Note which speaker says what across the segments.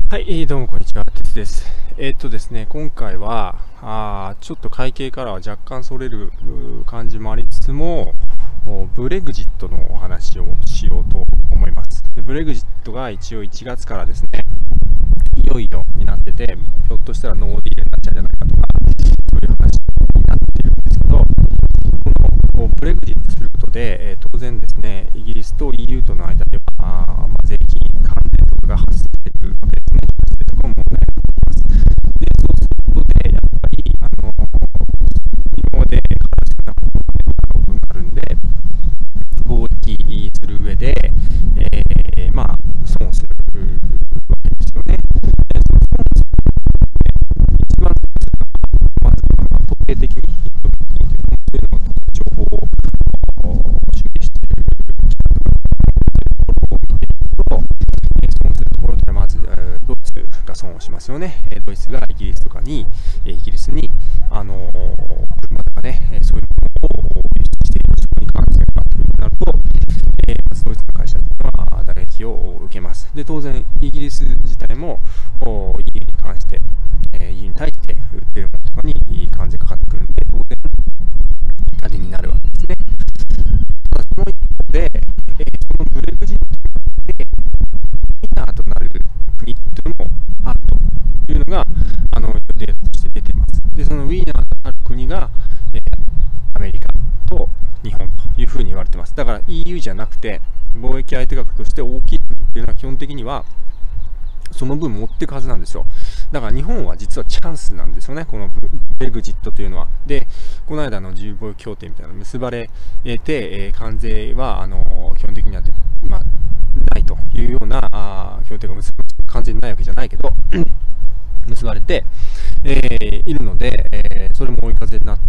Speaker 1: はい、どうもこんにちは、てつです。ですね、今回は、ちょっと会計からは若干それる感じもありつつも、ブレグジットのお話をしようと思います。でブレグジットが一応1月からですね、いよいよになってて、ひょっとしたらノーディールになっちゃうんじゃないかとか、そういう話になってるんですけど、このブレグジットすることで、当然ですね、イギリスと EU との間では、税金関税とかが発生してくるわけですね。発生とかも問題になってきます。で、そうすることで、やっぱり、今まで形がなかったことになるんで、貿易する上で、損するわけですよね。その損する一番まず統計的にヒットというのを情報を収集しているところを見ていくと、損するところでまずドイツが損をしますよね。ドイツがイギリスに車とかね、そういうものを輸出している場所に関税がかかってくるとなると、まずドイツの会社というのは打撃を受けます。で、当然イギリス自体も EU に関して、EU に対して売っているものとかに関税がかかってくるので、当然痛手になるわけですね。ただその一方で、そのブレグジットでウィナーとなる国というのもあるというのが予定として出ています。で、そのウィナーとなる国が、アメリカと日本というふうに言われています。だから EU じゃなくて貿易相手額として大きい国っていうのは基本的にはその分持っていくはずなんですよ。だから日本は実はチャンスなんですよね、このブレグジットというのは。で、この間の自由貿易協定みたいなのが結ばれて、関税は基本的には、ないというような協定が完全にないわけじゃないけど結ばれて、いるので、それも追い風になって、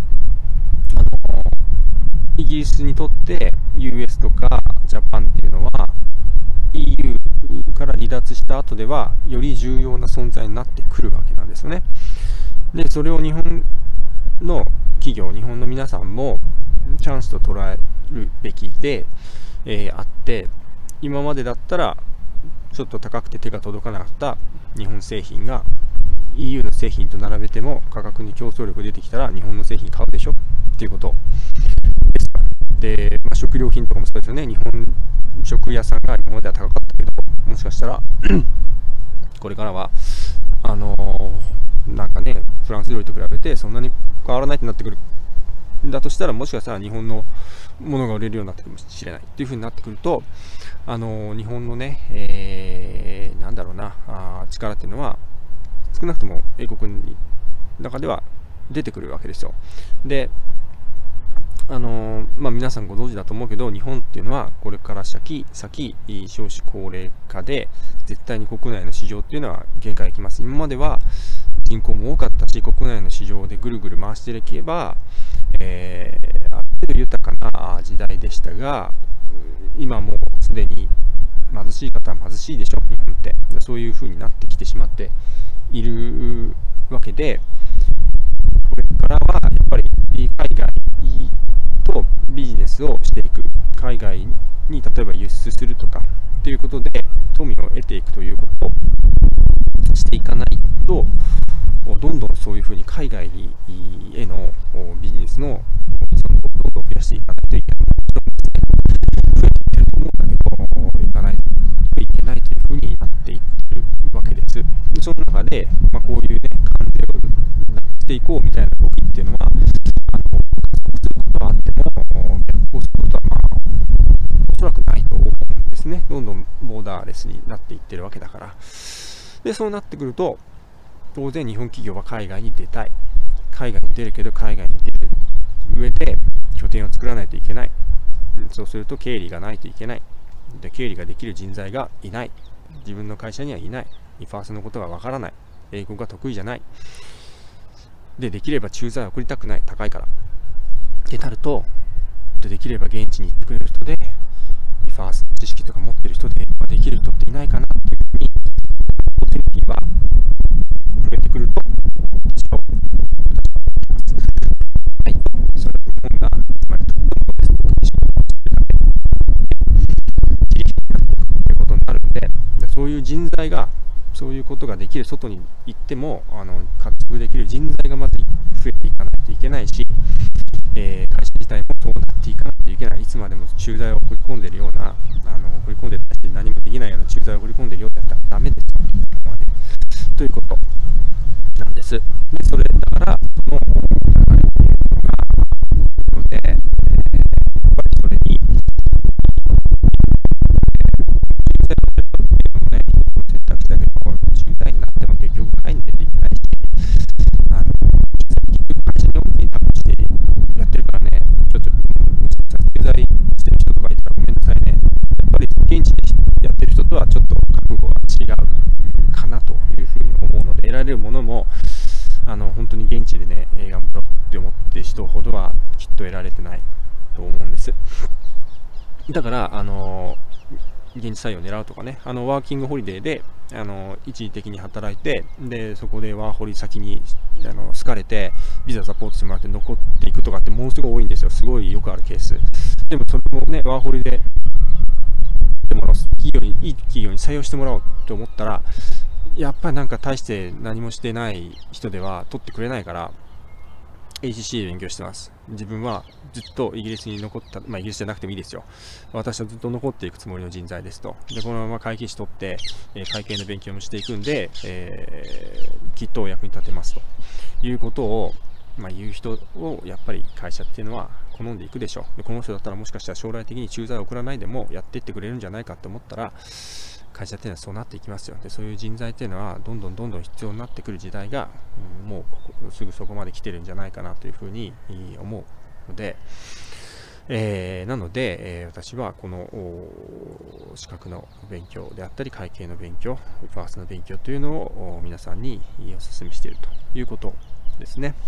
Speaker 1: イギリスにとって US とかジャパンっていうのは EU から離脱した後ではより重要な存在になってくるわけなんですよね。で、それを日本の企業、日本の皆さんもチャンスと捉えるべきで、あって、今までだったらちょっと高くて手が届かなかった日本製品が EU の製品と並べても価格に競争力が出てきたら日本の製品買うでしょっていうことです。で、食料品とかもそうですよね。日本食屋さんが今までは高かったけど、もしかしたらこれからはなんかね、フランス料理と比べてそんなに変わらないってなってくるんだとしたら、もしかしたら日本のものが売れるようになってくるかもしれないっていう風になってくると、日本のね、力っていうのは少なくとも英国の中では出てくるわけですよ。で、皆さんご存知だと思うけど、日本っていうのはこれから先少子高齢化で絶対に国内の市場っていうのは限界がきます。今までは人口も多かったし、国内の市場でぐるぐる回していけば、ある程度豊かな時代でしたが、今もうすでに貧しい方は貧しいでしょ、日本って。そういう風になってきてしまっているわけで、これからはやっぱり海外とビジネスをしていく、海外に例えば輸出するとかということで富を得ていくということをしていかないと、どんどんそういうふうに海外へのビジネスの依存度をどんどん増やしていかないといけない。増えていってると思うんだけど、いかないといけないというふうになっていってるわけです。その中で、こういうね、関税をなくしていこうみたいな動きっていうのは、することはあっても、逆行することはおそらくないと思うんですね。どんどんボーダーレスになっていってるわけだから。で、そうなってくると、当然日本企業は海外に出たい。海外に出るけど、海外に出る上で拠点を作らないといけない。そうすると経理がないといけない。で、経理ができる人材がいない。自分の会社にはいない。リファースのことがわからない。英語が得意じゃない。で、できれば駐在を送りたくない。高いから。ってなると、できれば現地に行ってくれる人で、リファースの知識とか持ってる人で、できる人っていないかなっていうふうに、オポチュニティは増えてくると、私はないと、それは日本が、つまりトップのベストポジションを作るために、自力になっていくということになるので、そういう人材がそういうことができる、外に行っても活躍できる人材がまず増えていかないといけないし、会社自体もそうなっていかないといけない。いつまでも駐在を送り込んでいるような、送り込んでたし何もできないような駐在を送り込んでいるようだったらダメですよ、ということなんです。でそれだからその流れっていうのがあるので、やっぱりそれに選択肢だけど駐在になっても結局入んないといけないし、結局会社に大きに託してやってるからね、ちょっと駐在してる人とかいたらごめんなさいね。やっぱり現地でやってる人とはちょっと覚悟が違うかなというふうに思うので、得られるものも本当に現地でね頑張ろうって思ってる人ほどはきっと得られてないと思うんです。だから現地採用を狙うとかね、ワーキングホリデーで一時的に働いて、でそこでワーホリ先に好かれてビザサポートしてもらって残っていくとかってものすごい多いんですよ。すごいよくあるケース。でもそれもね、ワーホリでいい企業に採用してもらおうと思ったら、やっぱりなんか大して何もしてない人では取ってくれないから ACC で勉強してます。自分はずっとイギリスに残った、イギリスじゃなくてもいいですよ。私はずっと残っていくつもりの人材ですと。でこのまま会計士取って会計の勉強もしていくんで、きっとお役に立てますということを、言う人をやっぱり会社っていうのは好んでいくでしょう。でこの人だったらもしかしたら将来的に駐在を送らないでもやっていってくれるんじゃないかと思ったら、会社っていうのはそうなっていきますよ。でそういう人材っていうのはどんどん必要になってくる時代が、もうすぐそこまで来てるんじゃないかなというふうに思うので、なので、私はこの資格の勉強であったり会計の勉強、ファーストの勉強というのを皆さんにお勧めしているということですね。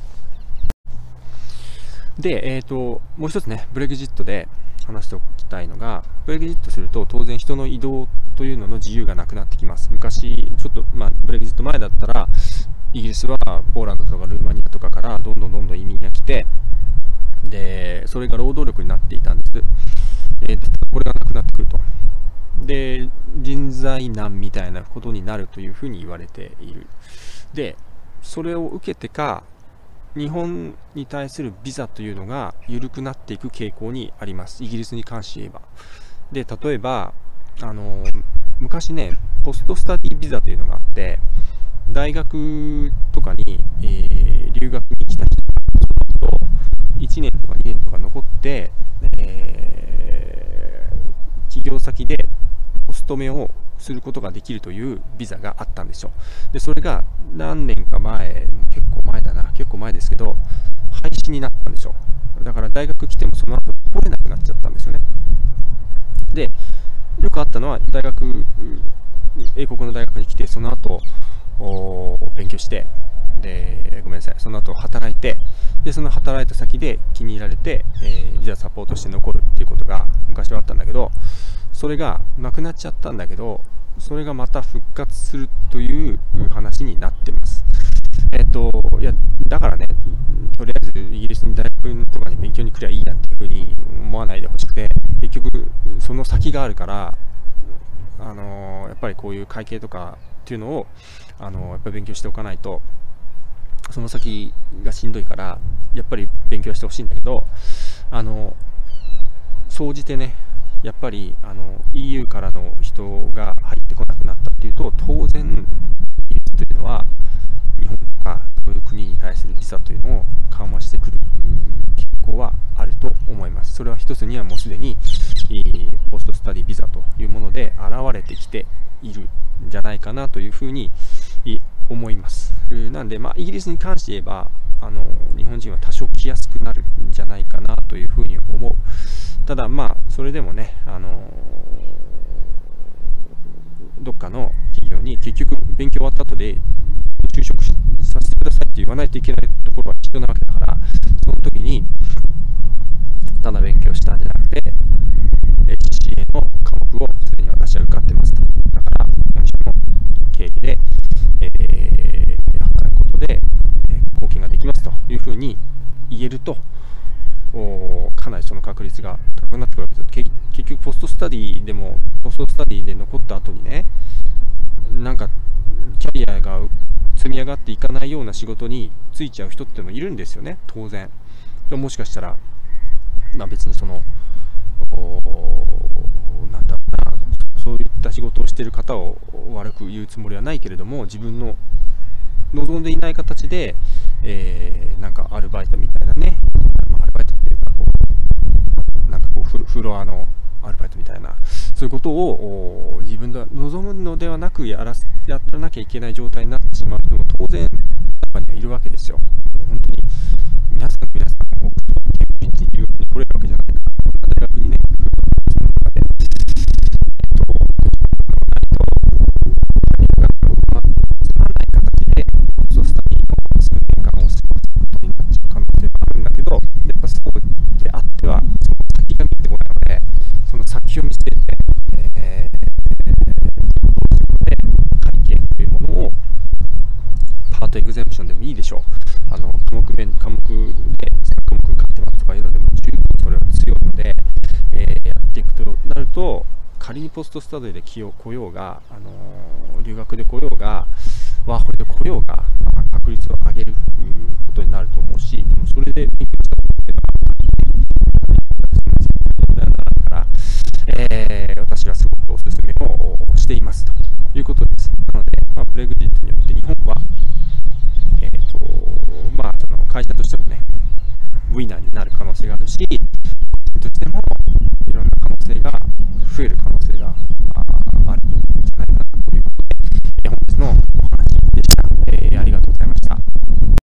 Speaker 1: で、もう一つね、ブレグジットで話しておきたいのが、ブレグジットすると当然人の移動というのの自由がなくなってきます。昔、ちょっと、ブレグジット前だったら、イギリスはポーランドとかルーマニアとかからどんどん移民が来て、で、それが労働力になっていたんです。これがなくなってくると。で、人材難みたいなことになるというふうに言われている。で、それを受けてか、日本に対するビザというのが緩くなっていく傾向にあります。イギリスに関して言えば。で、例えば、昔ね、ポストスタディビザというのがあって、大学とかに、留学に来た人と1年とか2年とか残って、企業先でお勤めをすることができるというビザがあったんですよ。で、それが何年か前、結構前ですけど、廃止になったんですよ。だから大学来てもその後来れなくなっちゃったんですよね。で、よくあったのは英国の大学に来て、その後勉強して、で、ごめんなさい、その後働いて、で、その働いた先で気に入られて、ビザサポートして残るっていうことが昔はあったんだけど、それがなくなっちゃったんだけど、それがまた復活するという話になってます。いや、だからね、とりあえずイギリスに大学とかに勉強に来りゃいいやっていうふうに思わないでほしくて、結局その先があるから、やっぱりこういう会計とかっていうのをやっぱり勉強しておかないと、その先がしんどいから、やっぱり勉強してほしいんだけど、総じてね、やっぱりEU からの人が入ってこなくなったっていうと、当然イギリスというのは日本とかそういう国に対するビザというのを緩和してくる傾向はあると思います。それは一つにはもうすでにポストスタディビザというもので現れてきているんじゃないかなというふうに思います。なんで、イギリスに関して言えば日本人は多少来やすくなるんじゃないかなというふうに思う。ただそれでもね、どっかの企業に結局勉強終わった後で就職させてくださいって言わないといけないところは必要なわけだから、その時にただ勉強したんじゃなくて HCA の科目をすでに私は受かってますと。だから本社の経費で、働くことで貢献ができますというふうに言えると、かなりその確率が高くなってくるわけです。結局ポストスタディで残った後にね、なんかキャリアが積み上がっていかないような仕事に就いちゃう人っていうのもいるんですよね、当然。もしかしたら、別になんだろうな、そういった仕事をしている方を悪く言うつもりはないけれども、自分の望んでいない形で、なんかアルバイトみたいなね、アルバイトっていうかなんかフロアのアルバイトみたいな、そういうことを自分で望むのではなくやらなきゃいけない状態になってしまう人も当然中にはいるわけですよ。本当に皆さん研究室に留学に来れるわけじゃないから、大学にね、先を見据えて、会計というものをパートエグゼンプションでもいいでしょう。科目で1000科目買ってますとかいうのでも十分それは強いので、やっていくとなると、仮にポストスタディで来ようが、留学で来ようが、ワーホリで来ようが、確率を上げることになると思うし、でもそれで勉強したっていうのは私はすごくお勧めをしていますということです。なので、ブレグジットによって日本は、その会社としてもね、ウィナーになる可能性があるし、としてもいろんな可能性が増える可能